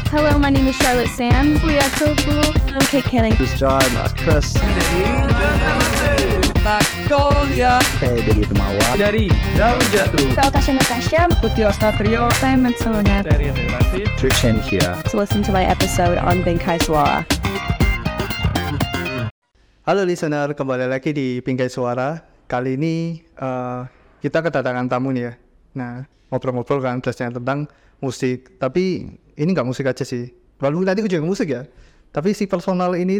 Hello, my name is Charlotte Sands. We are so cool. I'm Kate Canning. This is John, Chris. Magnolia Saya dari Temawa. dari Daun Jatuh. Saya Tasha Natasha. Putih Ostatrio Saya Matsunaga. dari Relasi. Trishan here. To listen to my episode on Bingkai Suara. Halo listener, kembali lagi di Bingkai Suara. Kali ini kita kedatangan tamu nih ya. Nah, ngobrol-ngobrol kan biasanya tentang musik. Tapi ini nggak musik aja sih. Walaupun tadi juga musik ya. Tapi si personal ini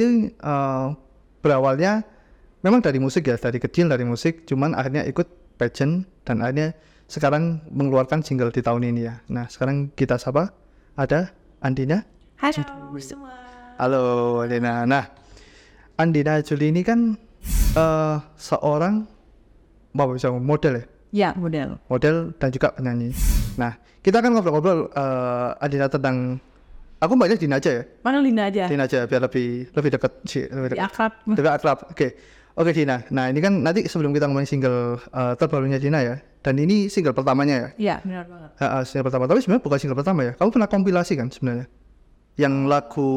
berawalnya memang dari musik ya, dari kecil dari musik. Cuman akhirnya ikut pageant dan akhirnya sekarang mengeluarkan single di tahun ini ya. Nah, sekarang kita sapa ada Andina. Halo semua. Halo Andina. Nah, Andina Juli ini kan seorang model ya? Ya, model. Model dan juga penyanyi. Nah, kita akan ngobrol-ngobrol Andina tentang, aku banyak Dina aja ya? Panggil Lina aja. Dina aja biar lebih dekat sih, lebih dekat. Akrab. Lebih akrab. Oke Dina. Nah, ini kan nanti sebelum kita ngomongin single terbarunya Dina ya. Dan ini single pertamanya ya? Iya, benar banget. Single pertama. Tapi sebenarnya bukan single pertama ya. Kamu pernah kompilasi kan sebenarnya? Yang lagu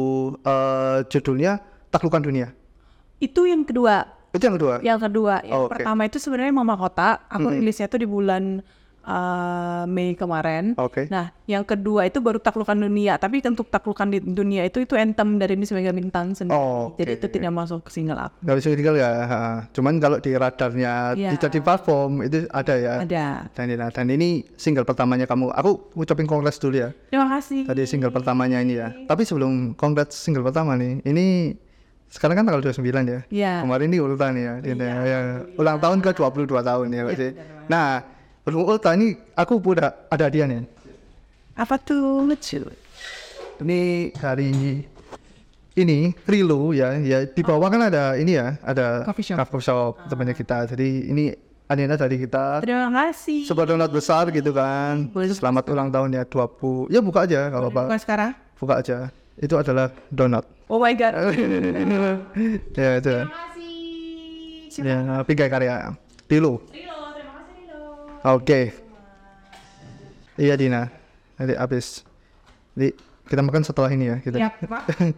judulnya Taklukkan Dunia. Itu yang kedua. Itu yang kedua? Yang kedua. Yang Oh, pertama itu sebenarnya Mama Kota. Aku rilisnya tuh di bulan Mei kemarin. Oke. Nah, yang kedua itu baru Taklukkan Dunia. Tapi untuk Taklukkan di Dunia itu anthem dari Miss Mega Bintang sendiri. Oh, Jadi oke. itu tidak masuk ke single aku. Gak bisa tinggal ya. Cuman kalau di radarnya Iya. di platform itu ada ya. Ada. Dan ini single pertamanya kamu. Aku ngucapin congrats dulu ya. Terima kasih. Tadi single pertamanya ini ya. Tapi sebelum congrats single pertama nih, ini sekarang kan tanggal 29 ya. Iya. Kemarin ini ultan ya. Ya. Ulang tahun ke 22 tahun ya Pak sih. Nah, berhubung ultan ini aku udah ada hadiah nih. Apa tuh? Lucu. Ini hari ini Rilo ya di bawah kan ada ini ya, ada Coffee shop. temannya kita. Jadi ini Andina dari kita Terima kasih. sebuah donat besar gitu kan. Boleh. Selamat ulang tahun ya 20. Ya buka aja kalau Bukan apa. sekarang? Buka aja. Itu adalah donat. Oh my god. Ya itu. Terima kasih. Ya, Bingkai Karya. Rilo. Terima kasih Rilo. Oke. Iya Dina. Nanti habis. Jadi kita makan setelah ini ya kita. Ya, Pak.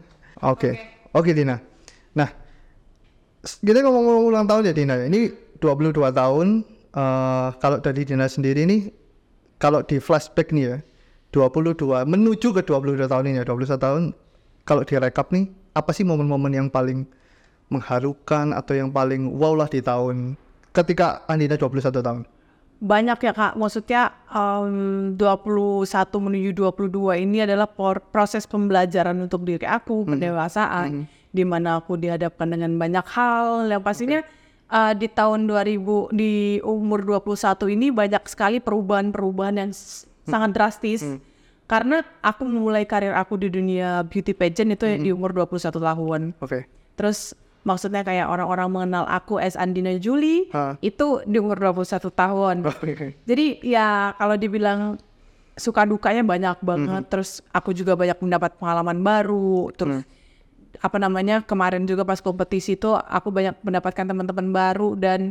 Oke Dina. Nah, kita ngomong ulang tahun ya Dina. Ini 22 tahun. Kalau dari Dina sendiri nih, kalau di flashback nih ya, 22 menuju ke 22 tahun ini ya, 21 tahun. Kalau direkap nih, apa sih momen-momen yang paling mengharukan atau yang paling wow lah di tahun ketika Andina 21 tahun? Banyak ya Kak, maksudnya 21 menuju 22 ini adalah proses pembelajaran untuk diri aku, pendewasaan, di mana aku dihadapkan dengan banyak hal, yang pastinya di tahun 2000, di umur 21 ini banyak sekali perubahan-perubahan yang sangat drastis, karena aku memulai karir aku di dunia beauty pageant itu di umur 21 tahun. Oke. Terus maksudnya kayak orang-orang mengenal aku as Andina Juli itu di umur 21 tahun. Jadi ya kalau dibilang suka dukanya banyak banget. Terus aku juga banyak mendapat pengalaman baru. Terus kemarin juga pas kompetisi itu aku banyak mendapatkan teman-teman baru dan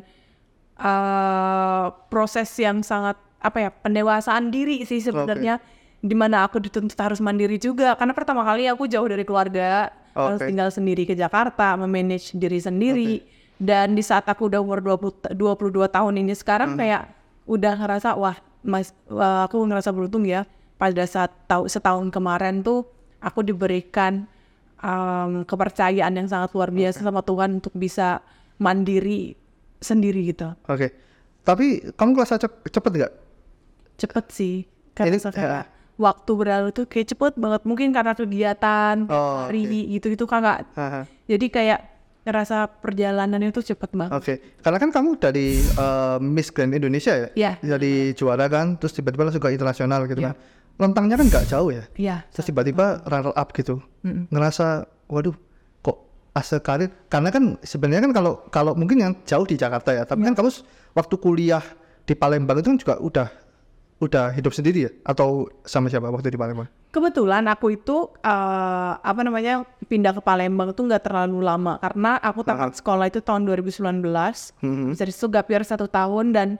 proses yang sangat pendewasaan diri sih sebenarnya. Dimana aku dituntut harus mandiri juga karena pertama kali aku jauh dari keluarga, harus tinggal sendiri ke Jakarta, memanage diri sendiri. Dan di saat aku udah umur 22 tahun ini sekarang kayak udah ngerasa aku ngerasa beruntung ya pada saat setahun kemarin tuh aku diberikan kepercayaan yang sangat luar biasa sama Tuhan untuk bisa mandiri sendiri gitu. Oke. Tapi kamu ngerasa cepet nggak? Cepet sih karena kayak waktu berlalu tuh kayak cepet banget, mungkin karena kegiatan hari gitu Kak. Jadi kayak ngerasa perjalanannya tuh cepet banget. Oke. Karena kan kamu dari Miss Grand Indonesia ya? Iya. Jadi juara kan, terus tiba-tiba langsung ke internasional gitu kan. Rentangnya kan nggak jauh ya? Iya. Terus tiba-tiba runner up gitu. Ngerasa, waduh, kok ase karir? Karena kan sebenarnya kan kalau mungkin yang jauh di Jakarta ya, tapi kan kamu waktu kuliah di Palembang itu kan juga udah hidup sendiri ya? Atau sama siapa waktu di Palembang? Kebetulan aku itu pindah ke Palembang tuh nggak terlalu lama karena aku tamat sekolah itu tahun 2019. Jadi itu gap year 1 tahun dan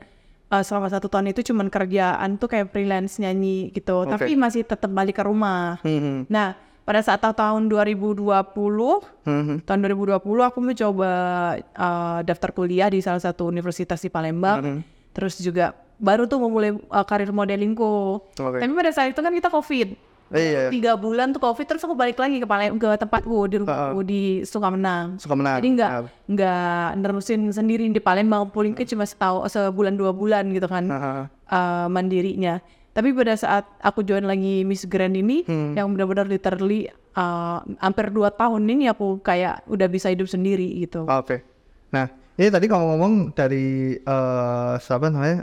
selama 1 tahun itu cuman kerjaan tuh kayak freelance nyanyi gitu, tapi masih tetap balik ke rumah. Nah, pada saat tahun 2020, tahun 2020 aku mencoba daftar kuliah di salah satu universitas di Palembang. Terus juga baru tuh memulai karir modelingku. Tapi pada saat itu kan kita COVID. 3 bulan tuh COVID, terus aku balik lagi ke tempatku di rumahku di Sukamenang. Jadi nggak nerusin sendiri di Palembang, pulingnya cuma sebulan 2 bulan gitu kan mandirinya. Tapi pada saat aku join lagi Miss Grand ini, yang benar-benar literally hampir 2 tahun ini aku kayak udah bisa hidup sendiri gitu. Oke. Nah, ini tadi kamu ngomong dari siapa namanya?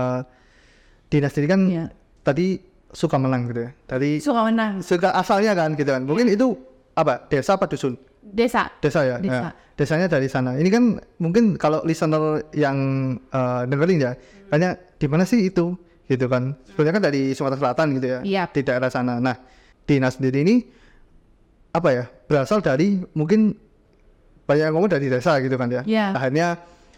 Dina sendiri kan tadi suka menang gitu ya. Tadi suka asalnya kan gitu kan. Mungkin itu apa? Desa apa dusun? Desa ya. Nah, desanya dari sana. Ini kan mungkin kalau listener yang dengerin ya, tanya di mana sih itu? Gitu kan. Sebenarnya kan dari Sumatera Selatan gitu ya. Di daerah sana. Nah, Dina sendiri ini apa ya? Berasal dari mungkin banyak yang ngomong dari desa gitu kan ya. Akhirnya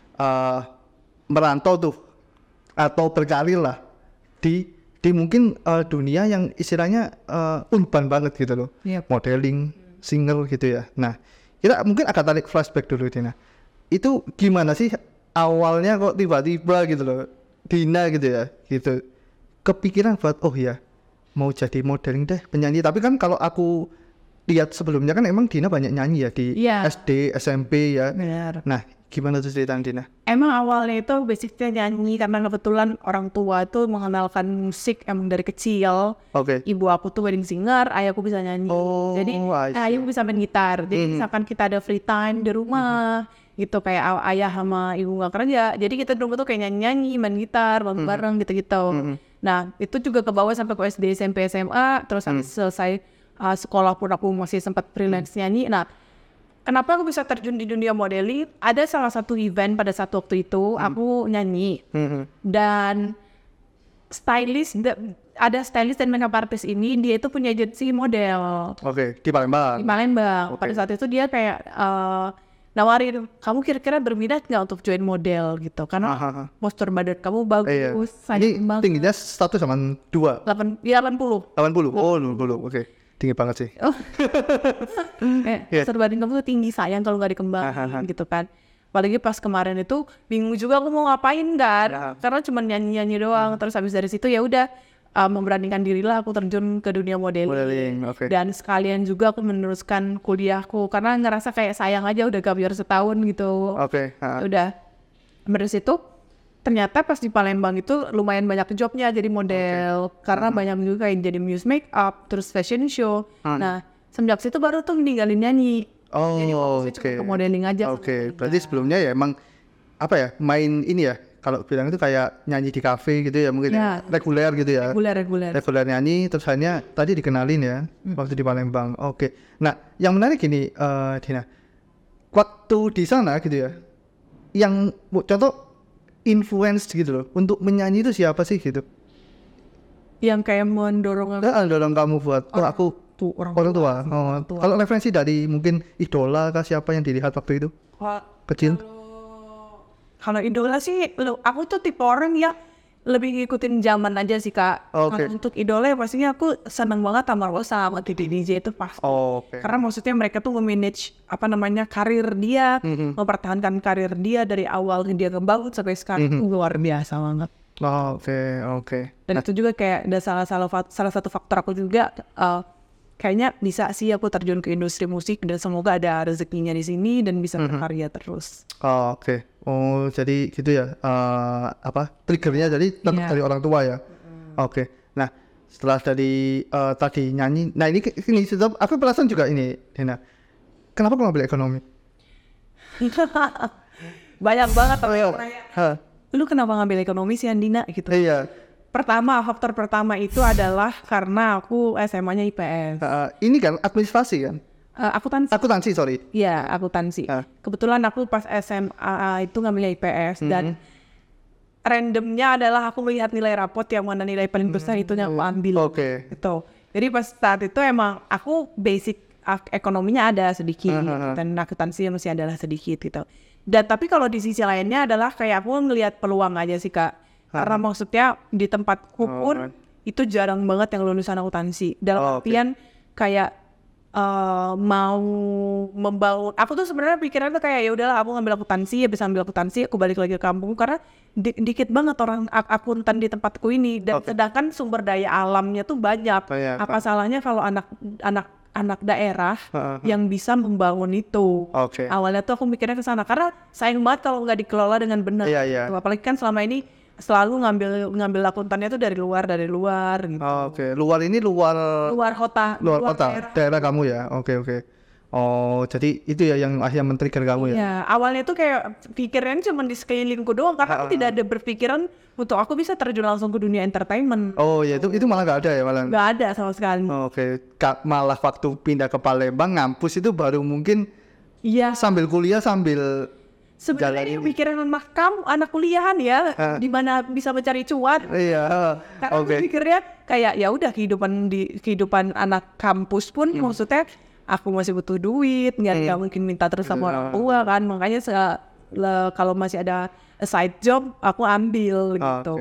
merantau tuh atau berkarir lah di mungkin dunia yang istilahnya urban banget gitu loh. Modeling, singer gitu ya. Nah, kita mungkin akan tarik flashback dulu Dina. Itu gimana sih awalnya kok tiba-tiba gitu loh Dina gitu ya, gitu kepikiran buat oh ya mau jadi modeling deh, penyanyi. Tapi kan kalau aku lihat sebelumnya kan emang Dina banyak nyanyi ya di SD, SMP ya. Benar. Nah, gimana tuh cerita Dina? Emang awalnya itu basicnya nyanyi karena kebetulan orang tua tuh mengenalkan musik emang dari kecil. Ibu aku tuh wedding singer, ayahku bisa nyanyi. Jadi ayahku bisa main gitar. Jadi misalkan kita ada free time di rumah gitu, kayak ayah sama ibu nggak kerja, jadi kita dulu tuh kayak nyanyi-nyanyi, main gitar bareng-bareng gitu-gitu. Nah, itu juga ke bawah sampai ke SD, SMP, SMA. Terus habis selesai sekolah pun aku masih sempat freelance nyanyi. Nah, kenapa aku bisa terjun di dunia modeling? Ada salah satu event pada saat waktu itu aku nyanyi dan ada stylist dan makeup artist ini, dia itu punya agensi model. Di Palembang. Pada saat itu dia kayak nawarin, kamu kira-kira berminat nggak untuk join model gitu? Karena postur badan kamu bagus. Ini tingginya 1 sama 2? 80. 80? Oh, 80. Tinggi banget sih. Postur badan kamu tuh tinggi, sayang kalau nggak dikembangin gitu kan. Apalagi pas kemarin itu bingung juga aku mau ngapain kan, karena cuma nyanyi-nyanyi doang. Terus habis dari situ ya udah memberanikan dirilah aku terjun ke dunia modeling. Dan sekalian juga aku meneruskan kuliahku karena ngerasa kayak sayang aja udah gap year setahun gitu. Udah dari situ ternyata pas di Palembang itu lumayan banyak jobnya jadi model, karena banyak juga kayak jadi muse makeup, terus fashion show. Nah, semenjak situ baru tuh ninggalin nyanyi. Jadi ke modeling aja. Berarti sebelumnya ya emang apa ya, main ini ya, kalau bilang itu kayak nyanyi di kafe gitu ya mungkin reguler gitu ya. Reguler nyanyi, terus hanya tadi dikenalin ya waktu di Palembang. Nah, yang menarik gini Dina, waktu di sana gitu ya, yang contoh influence gitu loh untuk menyanyi itu siapa sih gitu? Yang kayak mendorong kamu buat aku orang tua. Kalau referensi dari mungkin idola kah, siapa yang dilihat waktu itu kecil? Kalau idola sih, aku tuh tipe orang yang lebih ngikutin zaman aja sih Kak. Untuk idola ya pastinya aku seneng banget sama Rosa, sama Titi DJ itu pasti. Karena maksudnya mereka tuh memanage karir dia, mempertahankan karir dia dari awal dia ngebangun sampai sekarang, luar biasa banget. Dan itu juga kayak ada salah satu faktor aku juga kayaknya bisa sih aku terjun ke industri musik dan semoga ada rezekinya di sini dan bisa berkarya terus. Jadi gitu ya, triggernya jadi tetap dari orang tua ya. Nah, setelah dari tadi nyanyi, nah ini tetap aku penasaran juga ini Dina, kenapa kamu ambil ekonomi? Banyak banget lu kenapa ngambil ekonomi sih Andina gitu? Faktor pertama itu adalah karena aku SMA-nya IPS. Ini kan administrasi kan? Akuntansi, sorry. Iya, akuntansi. Kebetulan aku pas SMA itu ngambilnya IPS dan randomnya adalah aku melihat nilai rapot yang mana nilai paling besar itu yang aku ambil. Gitu. Jadi pas saat itu emang aku basic ekonominya ada sedikit dan akuntansi masih adalah sedikit gitu. Dan tapi kalau di sisi lainnya adalah kayak aku ngelihat peluang aja sih Kak. Karena maksudnya di tempatku pun itu jarang banget yang lulusan akuntansi. Dalam artian kayak mau membangun. Aku tuh sebenarnya pikirannya tuh kayak ya udahlah aku ngambil akuntansi, habis ambil akuntansi aku balik lagi ke kampung karena dikit banget orang akuntan di tempatku ini dan sedangkan sumber daya alamnya tuh banyak. Apa salahnya kalau anak daerah yang bisa membangun itu. Awalnya tuh aku mikirnya ke sana karena sayang banget kalau nggak dikelola dengan benar. Apalagi kan selama ini selalu ngambil akuntannya tuh dari luar gitu. Luar ini luar kota. Luar kota. Daerah kamu ya. Oh, jadi itu ya yang akhirnya men-trigger kamu ya? Ya, awalnya tuh kayak pikirannya cuma di sekelilingku doang karena aku tidak ada berpikiran untuk aku bisa terjun langsung ke dunia entertainment. Oh ya, itu malah nggak ada ya malah? Nggak ada sama sekali. Malah waktu pindah ke Palembang ngampus itu baru mungkin sambil kuliah sambil sebenarnya pikiran kamu anak kuliahan ya, di mana bisa mencari cuan. Karena aku pikirnya kayak ya udah kehidupan anak kampus pun maksudnya aku masih butuh duit, nggak mungkin minta terus sama orang tua kan, makanya kalau masih ada side job aku ambil gitu.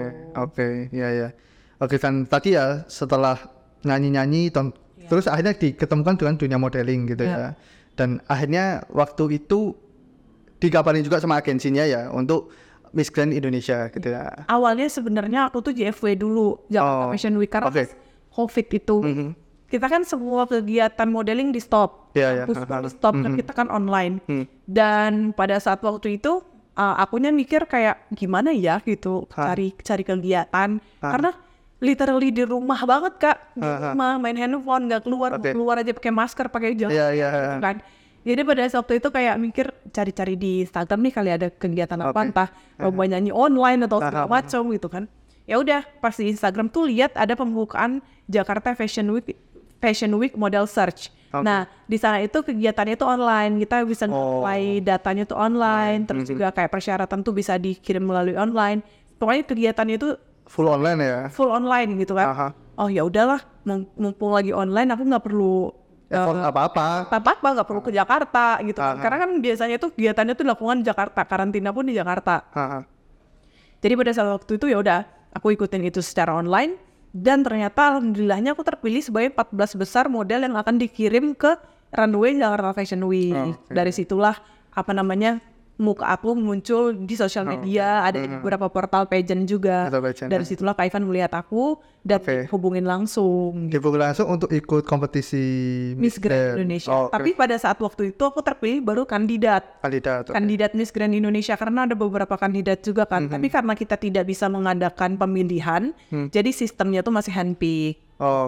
Kan tadi ya setelah nyanyi terus akhirnya diketemukan dengan dunia modeling gitu ya, dan akhirnya waktu itu dikabarin juga sama agensinya ya untuk Miss Grand Indonesia gitu ya. Awalnya sebenarnya aku tuh JFW dulu, Jakarta Fashion Week karena COVID itu. Kita kan semua kegiatan modeling di stop, di stop kan kita kan online. Dan pada saat waktu itu akunya mikir kayak gimana ya gitu cari kegiatan karena literally di rumah banget Kak, di rumah main handphone nggak keluar aja pakai masker pakai jas kan. Jadi pada saat waktu itu kayak mikir cari-cari di Instagram nih kali ada kegiatan apa entah mau nyanyi online atau segala macam gitu kan. Ya udah pas di Instagram tuh lihat ada pembukaan Jakarta Fashion Week Model Search. Nah di sana itu kegiatannya itu online, kita bisa apply datanya tuh online, terus juga kayak persyaratan tuh bisa dikirim melalui online. Pokoknya kegiatannya itu full online ya. Full online gitu kan. Oh ya udahlah, mumpung lagi online aku nggak perlu apa-apa nggak perlu ke Jakarta gitu kan. Karena kan biasanya tuh kegiatannya tuh dilakukan di Jakarta, karantina pun di Jakarta. Jadi pada saat waktu itu ya udah aku ikutin itu secara online dan ternyata alhamdulillahnya aku terpilih sebagai 14 besar model yang akan dikirim ke runway Jakarta Fashion Week. Dari situlah muka aku muncul di sosial media, ada di beberapa portal pageant juga. Dari situlah Kak Ivan melihat aku dan hubungin langsung. Dihubungin langsung untuk ikut kompetisi Miss Grand Indonesia. Tapi pada saat waktu itu aku terpilih baru kandidat Miss Grand Indonesia karena ada beberapa kandidat juga kan. Tapi karena kita tidak bisa mengadakan pemilihan, jadi sistemnya tuh masih handpick.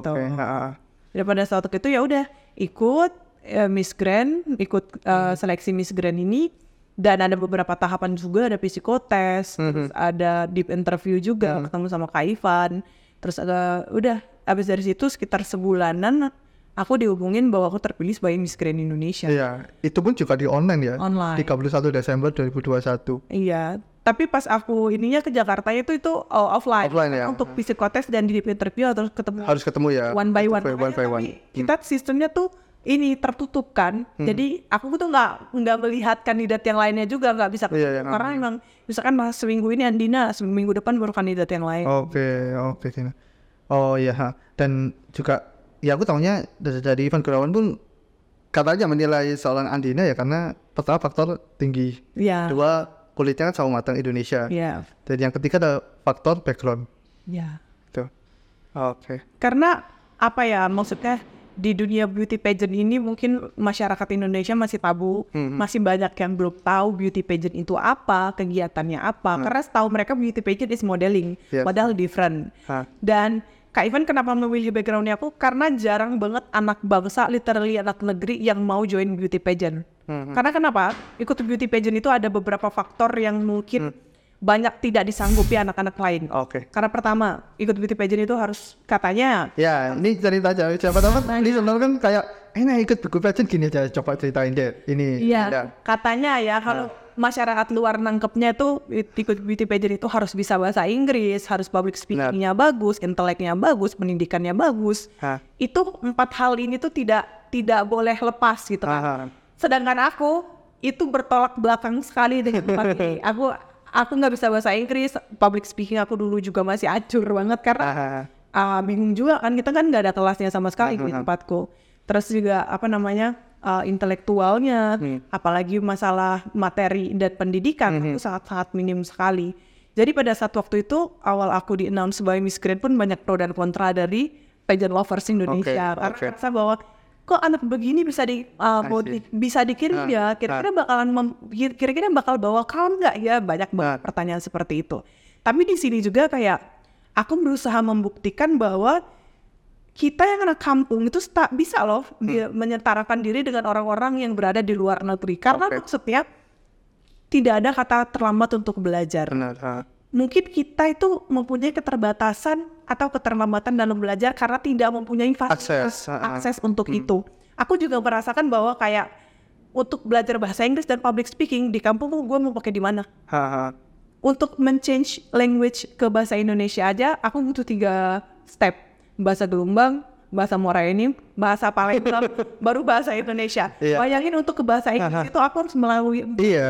Jadi pada saat itu ya udah ikut Miss Grand, ikut seleksi Miss Grand ini. Dan ada beberapa tahapan juga, ada psikotes, terus ada deep interview juga, ketemu sama Kak Ivan. Terus udah, habis dari situ sekitar sebulanan aku dihubungin bahwa aku terpilih sebagai Miss Grand Indonesia. Iya, itu pun juga di online ya? Online. 31 Desember 2021. Iya, tapi pas aku ininya ke Jakarta itu offline. Offline ya? Untuk psikotes dan deep interview harus ketemu ya? One by one. Tapi kita sistemnya tuh ini tertutup kan, jadi aku tuh nggak melihat kandidat yang lainnya juga, nggak bisa karena emang misalkan seminggu ini Andina, seminggu depan baru kandidat yang lain. Oke, Tina. Oh iya, dan juga ya aku tahunya dari Ivan Gunawan pun katanya menilai seorang Andina ya karena pertama faktor tinggi, kedua kulitnya kan sama matang Indonesia, dan yang ketiga ada faktor background. Tuh. Karena apa ya maksudnya? Di dunia beauty pageant ini mungkin masyarakat Indonesia masih tabu, masih banyak yang belum tahu beauty pageant itu apa, kegiatannya apa. Karena setahu mereka beauty pageant is modeling, padahal different. Dan Kak Ivan kenapa memilih backgroundnya aku? Karena jarang banget anak bangsa, literally anak negeri yang mau join beauty pageant. Karena kenapa? Ikut beauty pageant itu ada beberapa faktor yang mungkin banyak tidak disanggupi anak-anak lain. Karena pertama, ikut beauty pageant itu harus katanya. Ya, ini cerita aja. Siapa tahu ini sebenarnya kan kayak, ikut beauty pageant gini aja. Coba ceritain deh. Ini. Iya, katanya ya kalau masyarakat luar nangkepnya tuh ikut beauty pageant itu harus bisa bahasa Inggris, harus public speaking-nya bagus, inteleknya bagus, pendidikannya bagus. Itu 4 hal ini tuh tidak boleh lepas gitu kan. Sedangkan aku itu bertolak belakang sekali dengan 4 ini. aku nggak bisa bahasa Inggris, public speaking aku dulu juga masih acur banget karena bingung juga kan, kita kan nggak ada kelasnya sama sekali di tempatku. Terus juga intelektualnya, apalagi masalah materi dan pendidikan itu sangat-sangat minim sekali. Jadi pada saat waktu itu awal aku di-announce sebagai Miss Grand pun banyak pro dan kontra dari pageant lovers Indonesia. Karena merasa bahwa kok anak begini bisa bisa dikirim ya, kira-kira bakal bawa crown nggak ya, banyak banget pertanyaan seperti itu. Tapi di sini juga kayak aku berusaha membuktikan bahwa kita yang anak kampung itu tak bisa loh menyetarakan diri dengan orang-orang yang berada di luar negeri, karena maksudnya tidak ada kata terlambat untuk belajar. Mungkin kita itu mempunyai keterbatasan atau keterlambatan dalam belajar karena tidak mempunyai akses untuk itu. Aku juga merasakan bahwa kayak untuk belajar bahasa Inggris dan public speaking di kampung gue mau pakai di mana? Untuk men-change language ke bahasa Indonesia aja aku butuh 3 step. Bahasa Gelombang, bahasa Moraenim, bahasa Palembang, baru bahasa Indonesia. Bayangin untuk ke bahasa Inggris itu aku harus melalui.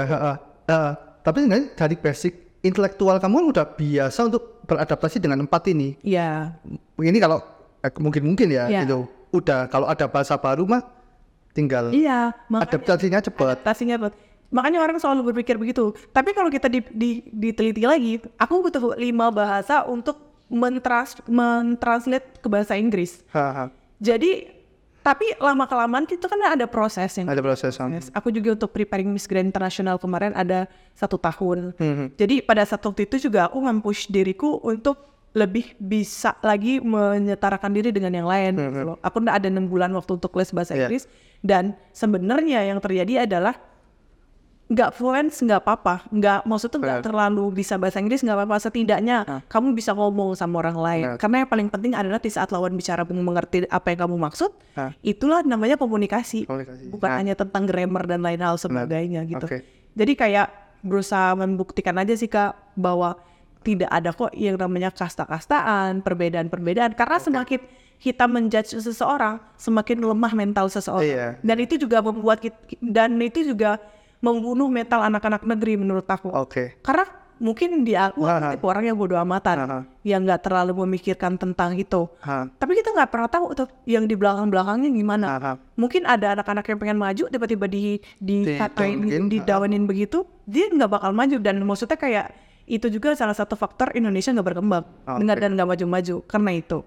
Tapi sebenarnya dari basic intelektual kamu kan udah biasa untuk beradaptasi dengan 4 ini. Iya. Ini kalau mungkin ya gitu. Udah kalau ada bahasa baru mah tinggal adaptasinya cepat. Makanya orang selalu berpikir begitu. Tapi kalau kita diteliti lagi, aku butuh 5 bahasa untuk mentranslate ke bahasa Inggris. Jadi tapi lama-kelamaan itu kan ada prosesnya. Ada proses. Aku juga untuk preparing Miss Grand International kemarin ada 1 tahun. Jadi pada saat waktu itu juga aku nge-push diriku untuk lebih bisa lagi menyetarakan diri dengan yang lain. Aku ada 6 bulan waktu untuk les bahasa Inggris. Dan sebenarnya yang terjadi adalah nggak fluent nggak apa-apa, maksudnya nggak terlalu bisa bahasa Inggris nggak apa-apa, setidaknya kamu bisa ngomong sama orang lain. Karena yang paling penting adalah di saat lawan bicara mengerti apa yang kamu maksud, itulah namanya komunikasi. Bukan hanya tentang grammar dan lain hal sebagainya gitu. Jadi kayak berusaha membuktikan aja sih Kak bahwa tidak ada kok yang namanya kasta-kastaan, perbedaan-perbedaan. Karena semakin kita menjudge seseorang, semakin lemah mental seseorang. Dan itu juga membuat membunuh mental anak-anak negeri menurut aku. Karena mungkin dia tipe orang yang bodoh amatan, yang nggak terlalu memikirkan tentang itu. Tapi kita nggak pernah tahu tuh yang di belakang-belakangnya gimana. Mungkin ada anak-anak yang pengen maju, tiba-tiba didawanin begitu, dia nggak bakal maju. Dan maksudnya kayak itu juga salah satu faktor Indonesia nggak berkembang dan nggak maju-maju karena itu.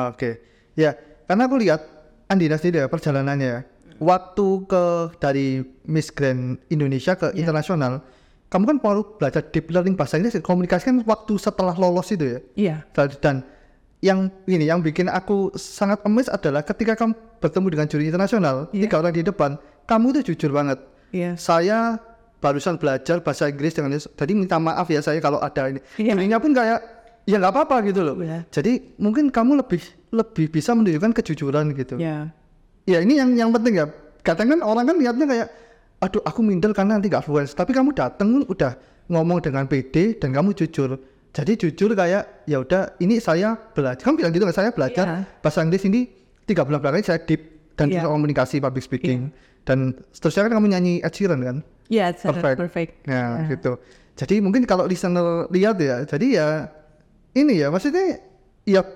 Ya, karena aku lihat Andina sendiri ya perjalanannya. Waktu dari Miss Grand Indonesia ke internasional, kamu kan baru belajar deep learning bahasa Inggris, komunikasi kan waktu setelah lolos itu ya. Dan yang bikin aku sangat amazed adalah ketika kamu bertemu dengan juri internasional, 3 orang di depan, kamu itu jujur banget. Saya barusan belajar bahasa Inggris jadi minta maaf ya saya kalau ada ini. Jurinya pun kayak ya nggak apa-apa gitu loh. Jadi mungkin kamu lebih bisa menunjukkan kejujuran gitu. Ya ini yang penting ya. Kadang kan orang kan lihatnya kayak, aduh aku minder karena nanti gak fluent. Tapi kamu dateng udah ngomong dengan pede dan kamu jujur. Jadi jujur kayak, ya udah ini saya belajar. Kamu bilang gitu kan, saya belajar bahasa Inggris ini 3 bulan belakang ini saya deep dan bisa komunikasi public speaking. Dan seterusnya kan kamu nyanyi Ed Sheeran kan? Perfect. Ya gitu. Jadi mungkin kalau listener lihat ya, jadi ya ini ya maksudnya ya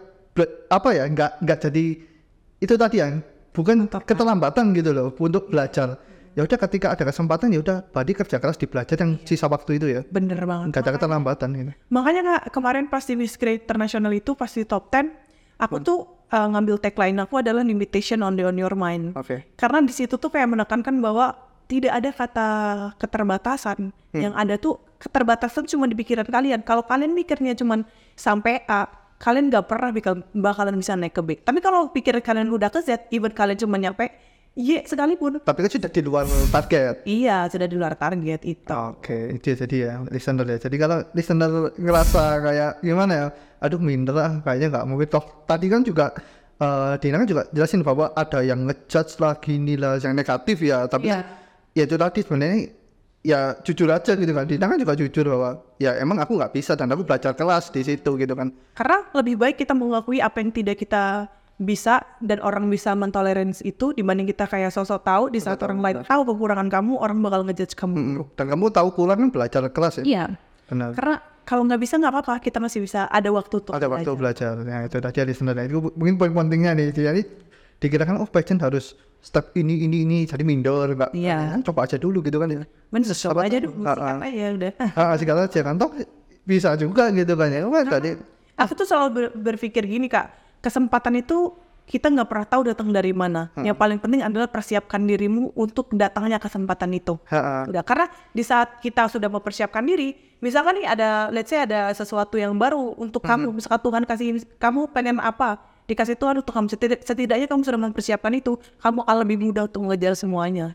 nggak jadi itu tadi ya. Bukan keterlambatan gitu loh untuk belajar. Ya udah ketika ada kesempatan ya udah badi kerja keras di belajar yang sisa waktu itu ya. Bener banget. Gak ada keterlambatan gitu. Makanya Kak, kemarin pas di Miss Grand International itu pas di top 10, aku tuh ngambil tagline aku adalah limitation only on your mind. Karena di situ tuh kayak menekankan bahwa tidak ada kata keterbatasan. Yang ada tuh keterbatasan cuma di pikiran kalian. Kalau kalian mikirnya cuma sampai A, kalian gak pernah bakalan bisa naik ke B. Tapi kalau pikiran kalian udah ke Z, even kalian cuma nyampe Y sekalipun. Tapi kan sudah di luar target. Iya, sudah di luar target itu. Itu jadi ya listener ya. Jadi kalau listener ngerasa kayak gimana ya, aduh minder lah, kayaknya gak mungkin. Toh tadi kan juga Dina kan juga jelasin bahwa ada yang ngejudge lagi nilai yang negatif ya. Tapi ya itu tadi sebenarnya ya jujur aja gitu kan. Dina kan juga jujur bahwa ya emang aku nggak bisa dan aku belajar kelas di situ gitu kan. Karena lebih baik kita mengakui apa yang tidak kita bisa dan orang bisa mentoleransi itu dibanding kita kayak sosok tahu di saat orang lain tahu kekurangan kamu, orang bakal ngejudge kamu. Dan kamu tahu kurang kan belajar kelas ya. Iya. benar. Karena kalau nggak bisa nggak apa-apa, kita masih bisa ada waktu untuk Ada waktu belajar. Nah, itu tadi ada sebenarnya. Itu mungkin poin pentingnya nih. Jadi dikirakan passion harus step ini, jadi minder, enggak. Iya. Coba aja dulu gitu kan ya. Bener, coba aja dulu, Ah, sikat aja udah. Sikat aja kan, toh bisa juga gitu kan ya. Wah, tadi Aku tuh selalu berpikir gini Kak, kesempatan itu kita nggak pernah tahu datang dari mana. Yang paling penting adalah persiapkan dirimu untuk datangnya kesempatan itu. Udah, karena di saat kita sudah mempersiapkan diri, misalkan nih ada, let's say ada sesuatu yang baru untuk kamu, misalkan Tuhan kasih, kamu pengen apa, dikasih Tuhan untuk kamu, setidaknya kamu sudah mempersiapkan itu, kamu akan lebih mudah untuk mengejar semuanya.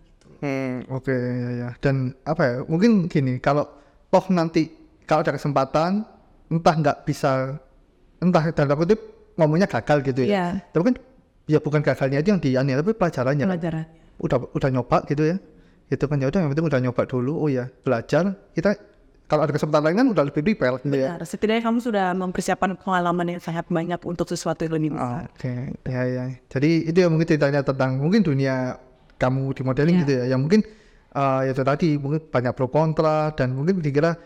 Oke, ya. Dan apa ya, mungkin gini, kalau toh nanti kalau ada kesempatan, entah nggak bisa, entah dalam kutip ngomongnya gagal gitu ya. Iya. Tapi kan ya bukan gagalnya itu yang diani, tapi pelajarannya. Pelajaran. Udah nyoba gitu ya. Gitu kan ya udah, yang penting udah nyoba dulu. Oh ya, belajar. Kita kalau ada kesempatan lain kan udah lebih prepare gitu ya. Benar, setidaknya kamu sudah mempersiapkan pengalaman yang sangat banyak untuk sesuatu yang lebih besar. Oke, ya. Jadi itu ya mungkin ceritanya tentang mungkin dunia kamu di modeling gitu ya. Yang mungkin ya itu tadi mungkin banyak pro kontra dan mungkin dikira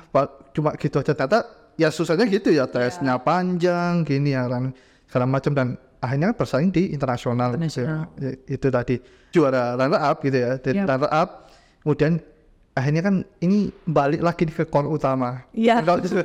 cuma gitu aja, ternyata ya susahnya gitu ya, tesnya panjang gini ya kan segala macam, dan akhirnya bersaing di internasional gitu ya. Itu tadi juara runner up gitu ya, runner up, kemudian akhirnya kan ini balik lagi ke core utama. Iya.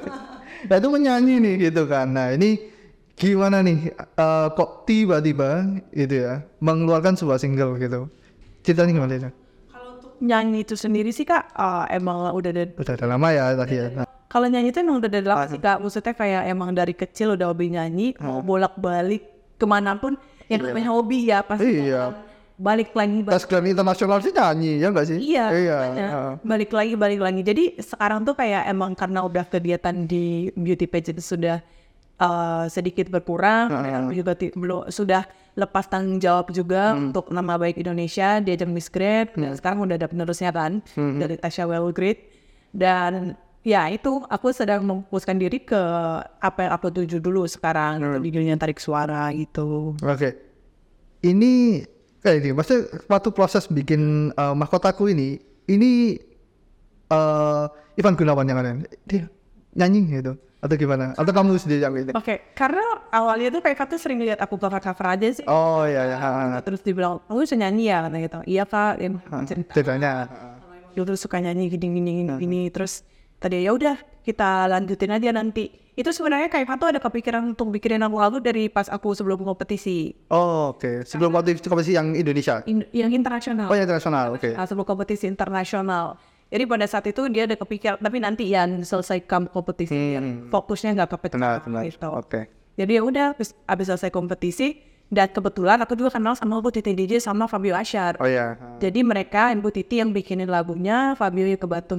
Nah itu menyanyi nih gitu kan. Nah ini gimana nih kok tiba-tiba gitu ya mengeluarkan sebuah single gitu, ceritanya gimana itu? Kalau untuk nyanyi itu sendiri sih Kak, emang udah lama ya tadi ya. Kalau nyanyi itu emang udah dari lama sih Kak, maksudnya kayak emang dari kecil udah hobi nyanyi, mau bolak-balik kemanapun, yang namanya hobi ya pasti balik lagi. Tes Grand internasional sih nyanyi ya nggak sih? Iya. Balik lagi. Jadi sekarang tuh kayak emang karena udah kegiatan di beauty pageant sudah sedikit berkurang, juga sudah lepas tanggung jawab juga untuk nama baik Indonesia di ajang Miss Grand, dan sekarang udah ada penerusnya kan dari Tasha Wellgrid, dan ya itu aku sedang memfokuskan diri ke apa yang aku tuju dulu sekarang, di dunia tarik suara gitu. Oke. Ini kayak ini, maksudnya waktu proses bikin mahkotaku ini Ivan Gunawan yang ada, dia nyanyi gitu atau gimana? Atau kamu sendiri yang ini? Oke, karena awalnya tuh kayak Kak tuh sering lihat aku cover aja sih. Oh iya. Terus dibilang, "Kamu bisa nyanyi ya?" Kata gitu. "Iya Kak, ceritanya. Dulu suka nyanyi gini. Terus tadi ya udah kita lanjutin aja nanti. Itu sebenarnya kayak Fato ada kepikiran untuk bikinin lagu dari pas aku sebelum kompetisi. Oh, oke. Sebelum kompetisi yang Indonesia? Yang internasional. Oh, yang internasional, oke. Sebelum kompetisi internasional. Jadi pada saat itu dia ada kepikiran, tapi nanti ya selesai kompetisi, fokusnya nggak ke benar. gitu. Oke. Jadi ya udah, abis selesai kompetisi, dan kebetulan aku juga kenal sama Bu Titi DJ sama Fabio Asyar. Oh iya. Jadi mereka, Bu Titi yang bikinin lagunya, Fabio yang kebantu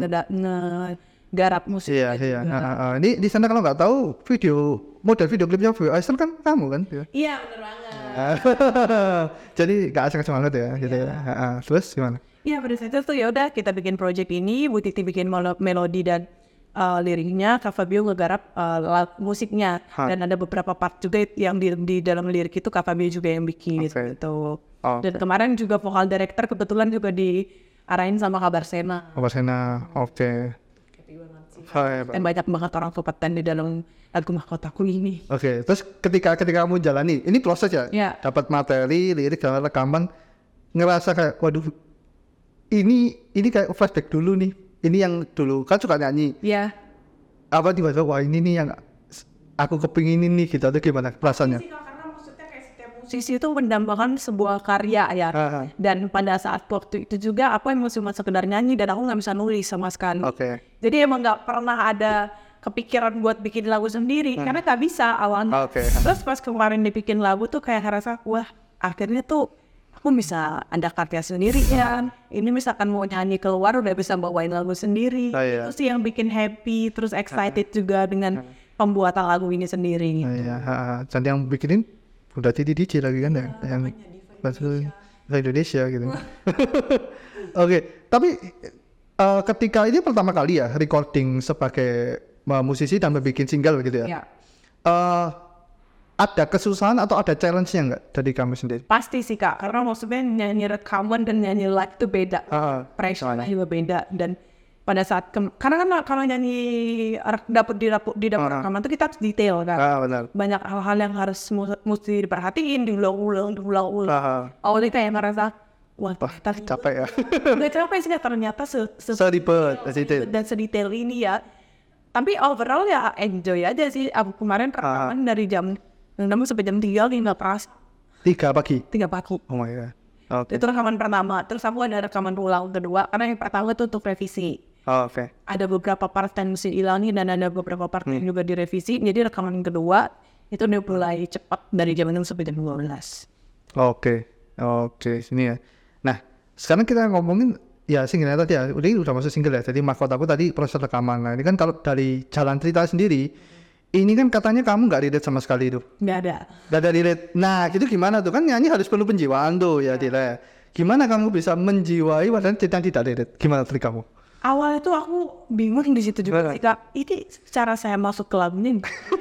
garap musik. Iya. Ini di sana kalau nggak tahu model video klipnya Fabio Asyar kan kamu kan? Iya, bener banget. Jadi nggak asing-asing banget ya, gitu ya. Terus gimana? Iya, pada saat itu ya udah kita bikin project ini, Bu Titi bikin melodi dan liriknya, Kak Fabio ngegarap musiknya, dan ada beberapa part juga yang di dalam lirik itu Kak Fabio juga yang bikin gitu. Dan kemarin juga vokal director kebetulan juga diarahin sama Kabar Sena. Oke. Dan banyak banget orang kompeten di dalam lagu Mahkotaku ini. Oke, terus ketika kamu jalani, ini proses ya? Iya. Dapat materi, lirik, dalam rekaman, ngerasa kayak, waduh, ini kayak flashback dulu nih. Ini yang dulu kan suka nyanyi. Iya. Apa tiba-tiba, wah ini nih yang aku kepinginin nih gitu, atau gimana perasaannya? Karena maksudnya kayak setiap musisi itu mendambakan sebuah karya ya. Dan pada saat waktu itu juga aku emang cuma sekedar nyanyi dan aku nggak bisa nulis sama sekali. Jadi emang nggak pernah ada kepikiran buat bikin lagu sendiri karena nggak bisa awalnya. Terus pas kemarin dibikin lagu tuh kayak ngerasa, wah akhirnya tuh aku bisa ada karya sendiri ya. Ini misalkan mau nyanyi keluar udah bisa bawain lagu sendiri. Terus yang bikin happy, terus excited juga dengan pembuatan lagu ini sendiri. Dan yang bikinin udah Titi DJ lagi kan ya, yang bahasa Indonesia gitu. Oke, tapi ketika ini pertama kali ya recording sebagai musisi dan bikin single gitu ya. Ada kesusahan atau ada challenge-nya nggak dari kamu sendiri? Pasti sih Kak, karena maksudnya nyanyi rekaman dan nyanyi live itu beda. Pressure-nya juga beda, dan pada saat karena kan kalau nyanyi di dapur rekaman tuh kita harus detail kan. Benar. Banyak hal-hal yang harus mesti diperhatiin, diulang-ulang. Awalnya kayak ngerasa wah Capek ya. nggak capek sih ternyata Seribet, dan sedetail ini ya. Tapi overall ya enjoy aja sih. Aku kemarin rekaman dari jam 6 sampai jam 3 nggak pas 3 pagi. 3 pagi. Oh my god. Oke. Itu rekaman pertama. Terus aku ada rekaman ulang kedua karena yang pertama itu untuk revisi. Oke. Ada beberapa part yang mesti hilangin dan ada beberapa part yang juga direvisi. Jadi rekaman kedua itu udah mulai cepat dari jam 6 sampai jam 12. Oke, sini ya. Nah, sekarang kita ngomongin ya single tadi ya. Udah masuk single ya. Jadi mahkotaku tadi proses rekaman. Nah, ini kan kalau dari jalan cerita sendiri, ini kan katanya kamu nggak relate sama sekali itu. Nggak ada relate. Nah, gitu gimana tuh? Kan nyanyi harus penuh penjiwaan tuh ya, Dila. Gimana kamu bisa menjiwai padahal cerita tidak relate? Gimana trik kamu? Awalnya tuh aku bingung di situ juga sih Kak. Ini cara saya masuk ke lagunya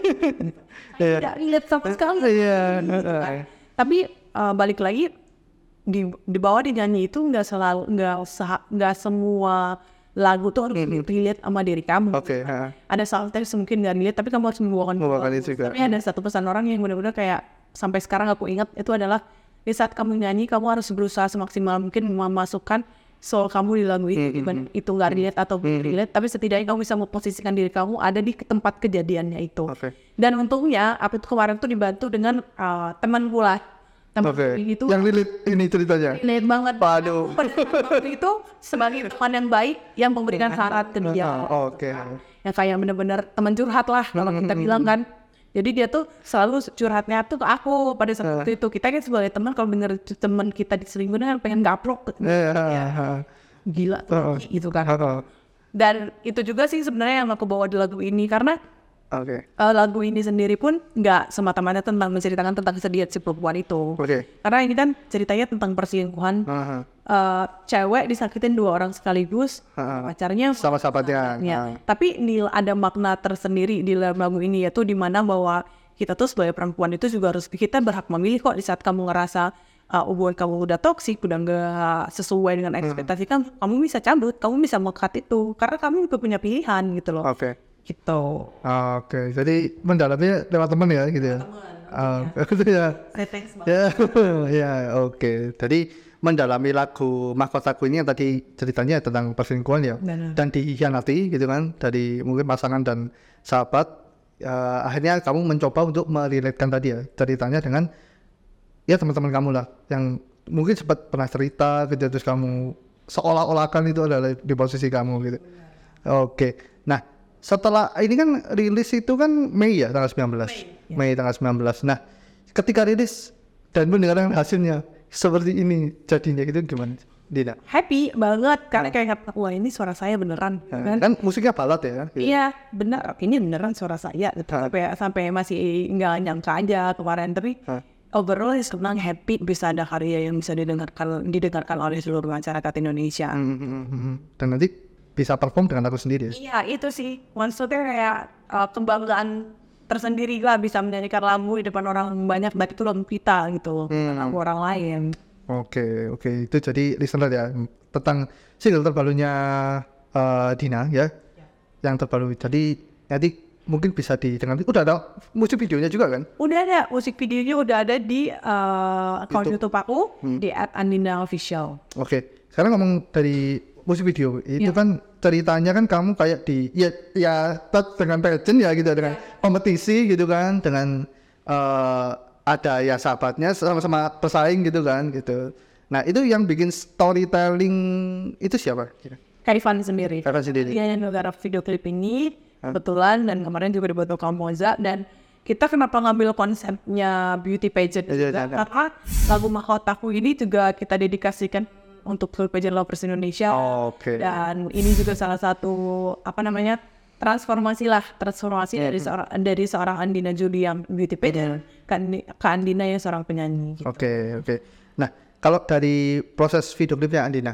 tidak relate sama sekali. Tapi balik lagi di bawah dinyanyi itu nggak semua lagu tuh harus relate sama diri kamu. Ada sometimes mungkin nggak relate tapi kamu harus membawakan itu juga. Tapi ada satu pesan orang yang benar-benar kayak sampai sekarang aku ingat itu adalah di saat kamu nyanyi kamu harus berusaha semaksimal mungkin memasukkan soul kamu di lagu itu, itu nggak relate atau relate, tapi setidaknya kamu bisa memposisikan diri kamu ada di tempat kejadiannya itu. Dan untungnya aku tuh kemarin tuh dibantu dengan teman pula. Itu yang relate ini ceritanya. Relate banget. Waduh. Waktu itu sebagai teman yang baik yang memberikan saran ke dia. Yang kayak benar-benar teman curhat lah kalau kita bilang kan. Jadi dia tuh selalu curhatnya tuh ke aku pada saat itu. Kita kan sebagai teman kalau denger teman kita diselingkuhin kan pengen gaplok. Gila tuh gitu kan. Dan itu juga sih sebenarnya yang aku bawa di lagu ini karena lagu ini sendiri pun nggak semata-mata tentang menceritakan tentang kesedihan si perempuan itu. Karena ini kan ceritanya tentang perselingkuhan. Cewek disakitin 2 orang sekaligus, pacarnya sama sahabatnya. Tapi ada makna tersendiri di dalam lagu ini yaitu di mana bahwa kita tuh sebagai perempuan itu juga harus kita berhak memilih kok di saat kamu ngerasa hubungan kamu udah toksik, udah nggak sesuai dengan ekspektasi kamu bisa cabut, kamu bisa mengkat itu karena kamu juga punya pilihan gitu loh. Gitu. Jadi mendalamnya lewat teman ya gitu ya. Gitu ya. Thanks banget. Jadi mendalami lagu Mahkotaku ini yang tadi ceritanya tentang perselingkuhan ya. Dan dikhianati gitu kan dari mungkin pasangan dan sahabat. Akhirnya kamu mencoba untuk merelatekan tadi ya ceritanya dengan ya teman-teman kamu lah yang mungkin sempat pernah cerita gitu terus kamu seolah-olahkan itu adalah di posisi kamu gitu. Nah, setelah ini kan rilis itu kan Mei ya tanggal 19. Mei tanggal 19. Nah, ketika rilis dan mendengarkan hasilnya seperti ini jadinya gitu gimana, Dina? Happy banget karena kayak wah ini suara saya beneran kan musiknya balad ya gitu. Iya benar, ini beneran suara saya sampai masih nggak nyangka aja kemarin tapi overall senang happy bisa ada karya yang bisa didengarkan oleh seluruh masyarakat Indonesia. Dan nanti bisa perform dengan aku sendiri. Iya itu sih maksudnya kayak kebanggaan tersendiri lah bisa menyanyikan lagu di depan orang banyak baik itu lagu kita gitu lagu orang lain. Oke. Itu jadi listener ya tentang single terbarunya Dina ya yang terbaru. Jadi nanti mungkin bisa didengar. Udah ada musik videonya juga kan? Udah ada musik videonya udah ada di akun YouTube aku di @andinaofficial. Sekarang ngomong dari musik video itu kan ceritanya kan kamu kayak di dengan pageant ya gitu dengan kompetisi gitu kan dengan ada ya sahabatnya sama-sama bersaing gitu kan gitu. Nah itu yang bikin storytelling itu siapa? Kaivan sendiri. Dia yang menggarap video klip ini kebetulan dan kemarin juga dibuat oleh Moza dan kita kenapa ngambil konsepnya beauty pageant juga karena lagu Mahkotaku ini juga kita dedikasikan untuk seluruh pageant lovers Indonesia. Dan ini juga salah satu transformasi dari seorang Andina Juli yang beauty pageant ke Andina yang seorang penyanyi gitu. Nah kalau dari proses video klipnya Andina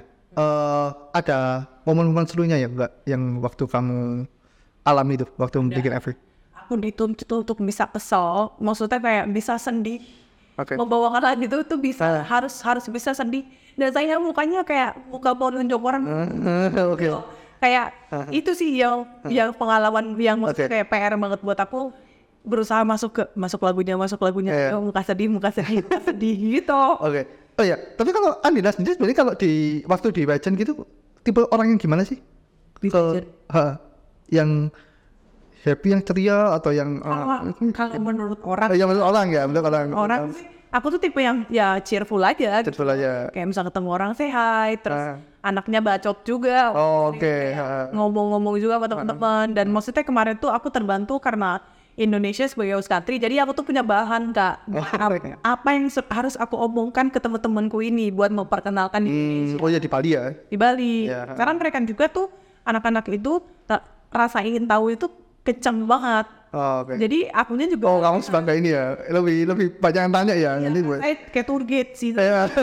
ada momen-momen serunya ya enggak yang waktu kamu alami itu waktu bikin MV? Aku dituntut untuk bisa kesel, maksudnya kayak bisa sedih. Membawakan lagu itu tuh bisa harus bisa sedih dan saya mukanya kayak muka mau nunjuk orang kayak itu sih yang pengalaman yang maksudnya kayak PR banget buat aku, berusaha masuk lagunya muka sedih gitu. Oke. Oh ya, tapi kalau Andina sendiri sebenarnya kalau di waktu di Wajan gitu tipe orang yang gimana sih? Di Wajan? Yang happy, yang ceria atau yang kalau menurut orang yang menurut orang ya, menurut orang sih aku tuh tipe yang ya cheerful aja. Cheerful aja. Kayak misal ketemu orang say hi, terus anaknya bacot juga. Oke. Ngomong-ngomong juga sama teman-teman. Dan maksudnya kemarin tuh aku terbantu karena Indonesia sebagai host country, jadi aku tuh punya bahan Kak. Apa yang harus aku omongkan ke teman-temanku ini buat memperkenalkan Indonesia. Oh ya di Bali ya? Di Bali. Karena mereka juga tuh anak-anak itu rasa ingin tahu itu kenceng banget. Jadi akunya juga. Oh kamu sebangga ini ya? Lebih banyak yang tanya ya? Nanti buat. Kayak tour guide sih.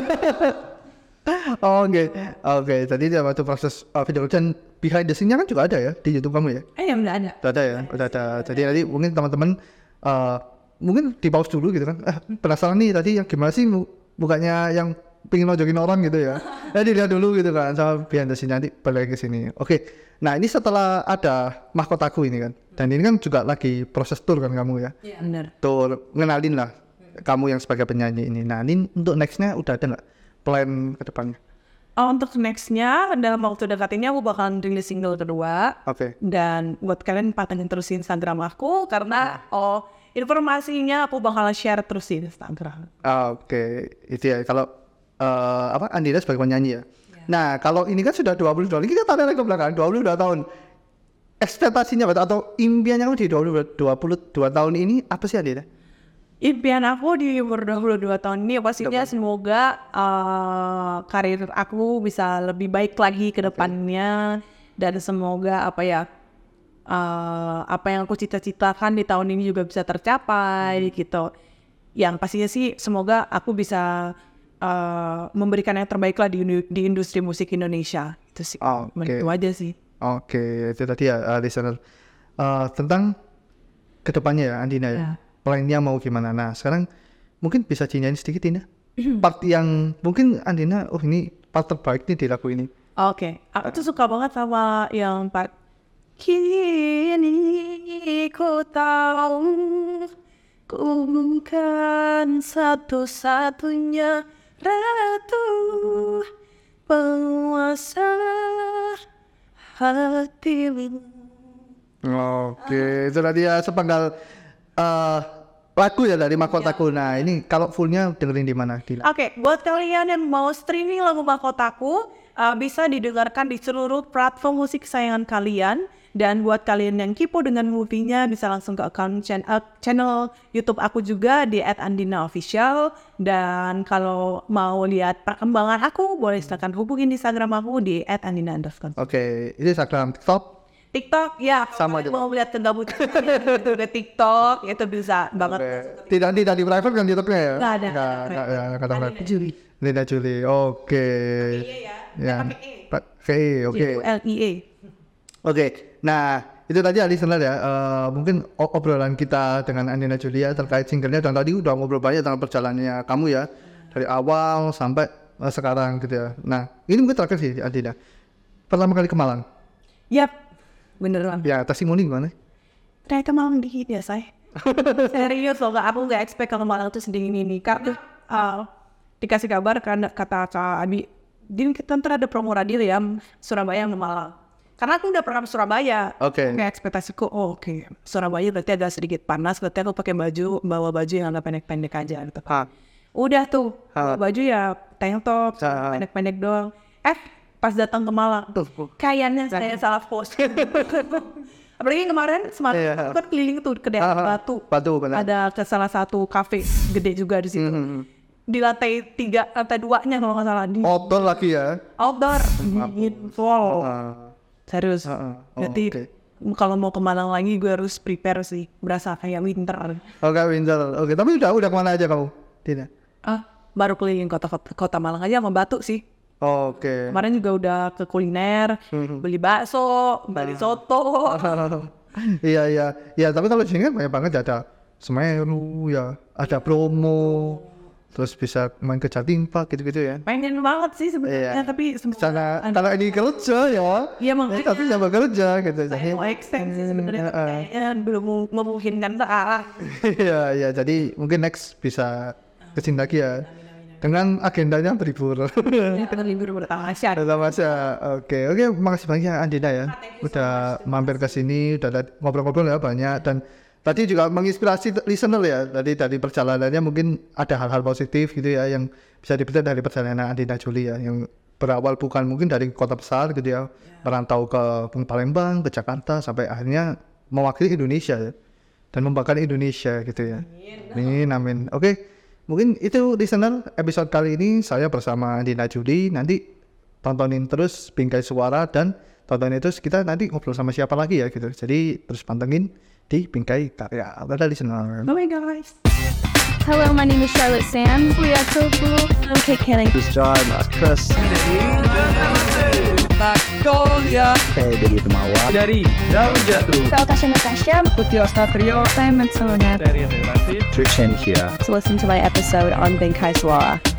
Oke. Tadi waktu proses video dan behind the scene-nya kan juga ada ya di YouTube kamu ya? Ya udah ada. Udah ada ya, udah ada. Jadi nanti mungkin teman-teman mungkin di pause dulu gitu kan. Penasaran nih tadi yang gimana sih mukanya yang pingin nonjokin orang gitu ya. Jadi lihat dulu gitu kan sama behind the scene, nanti balik ke sini. Oke. Nah ini setelah ada Mahkotaku ini kan. Dan ini kan juga lagi proses tour kan kamu ya? Iya benar. Tour ngenalin lah kamu yang sebagai penyanyi ini. Nah ini untuk nextnya udah ada nggak plan ke depannya? Untuk nextnya dalam waktu dekat ini aku bakalan rilis single kedua. Dan buat kalian pantengin terus Instagram aku karena informasinya aku bakalan share terus di Instagram. Oke. Itu ya kalau Andina sebagai penyanyi ya. Nah kalau ini kan sudah 22 tahun, kita tarik lagi ke belakang 22 tahun. Ekspektasinya atau impiannya kamu di 22 tahun ini apa sih Andina? Impian aku di umur 22 tahun ini pastinya semoga karir aku bisa lebih baik lagi ke depannya. Dan semoga apa yang aku cita-citakan di tahun ini juga bisa tercapai gitu. Yang pastinya sih semoga aku bisa memberikan yang terbaik lah di industri musik Indonesia. Itu sih, itu aja sih. Oke, itu tadi ya listener tentang kedepannya ya Andina ya. Plannya mau gimana? Nah sekarang mungkin bisa dinyanyiin sedikit Dina. Part yang mungkin Andina, ini part terbaik nih di lagu ini. Oke. Aku tuh suka banget sama yang part kini ku tahu ku bukan satu-satunya ratu penguasa hatimu. Oke, itu tadi ya sepenggal lagu ya dari Mahkotaku. Nah ini kalau fullnya dengerin di mana? Oke, buat kalian yang mau streaming lagu Mahkotaku bisa didengarkan di seluruh platform musik kesayangan kalian. Dan buat kalian yang kepo dengan movie-nya bisa langsung ke account channel YouTube aku juga di @andinaofficial. Dan kalau mau lihat perkembangan aku boleh silakan hubungin Instagram aku di @andina_. Oke, ini Instagram, TikTok ya, sama aja. Mau lihat kegabutan ke TikTok itu bisa banget. Tidak di private kan YouTube-nya ya? Nggak ada. Nggak. Juli. Linda Juli. Oke. Ya. Pakai oke. LIA. Oke. Nah, itu tadi listener ya. Mungkin obrolan kita dengan Andina Julia terkait singlenya, dan tadi udah ngobrol banyak tentang perjalanannya kamu ya dari awal sampai sekarang gitu ya. Nah, ini mungkin terakhir sih Andina. Pertama kali ke Malang. Yap. Beneran. Ya, testimoni gimana? Kayak ke Malang dikit ya, say. Serius loh, aku gak expect kalau Malang tuh sedingin ini. Karena dikasih kabar karena kata Kak Abi, Din kita ntar ada promo radio ya Surabaya ke Malang. Karena aku udah pernah ke Surabaya. Kayak ekspektasiku, oke. Surabaya berarti agak sedikit panas, berarti aku pakai bawa baju yang agak pendek-pendek aja gitu. Udah tuh, baju ya tank top, pendek-pendek doang. Pas datang ke Malang, kayaknya saya salah post. Apalagi kemarin semalam kan keliling tuh ke daerah Batu. Ada ke salah satu kafe gede juga di situ. Di lantai 3, lantai 2-nya kalau nggak salah. Outdoor lagi ya? Outdoor, dingin, full. Serius. Berarti kalau mau ke Malang lagi gue harus prepare sih, berasa kayak winter. Winter. Oke, tapi udah kemana aja kamu? Tidak. Baru keliling kota Malang aja sama Batu sih. Kemarin juga udah ke kuliner, beli bakso, beli soto. Iya. Tapi kalau di sini kan banyak banget, ada Semeru ya, ada Bromo, terus bisa main ke Jatim Park gitu-gitu ya. Pengen banget sih sebenarnya, Iya. tapi Sana kalau ini kerja ya, Iya, makanya. tapi sama kerja gitu. Jadi mau extend sih sebenarnya, kayaknya belum memungkinkan sekarang. iya, jadi mungkin next bisa kesini lagi ya. Dengan agendanya berlibur. Kita libur bertamasya. Oke, makasih banyak ya Andina ya. Udah mampir ke sini, udah ngobrol-ngobrol ya banyak, dan tadi juga menginspirasi listener ya. Tadi dari perjalanannya mungkin ada hal-hal positif gitu ya yang bisa dipetik dari perjalanan Andina Juli ya, yang berawal bukan mungkin dari kota besar gitu ya, merantau ke Palembang, ke Jakarta, sampai akhirnya mewakili Indonesia ya, dan membanggakan Indonesia gitu ya. Amin. Oke. Mungkin itu listener episode kali ini saya bersama Andina Juli. Nanti tontonin terus Bingkai Suara dan tontonin terus kita nanti ngobrol sama siapa lagi ya gitu. Jadi terus pantengin di Bingkai Karya. Dadah listener. Oh my guys. Hello, my name is Charlotte Sands. We are so cool. I'm Kate Canning. Terus John, Mas Chris, Magnolia dari Temawa. dari Jauh Jatuh. Natasha Natasha. Putih Satrio Simon Sonet. dari Relatif. Trishan here. To listen to my episode on Bengkai Suara.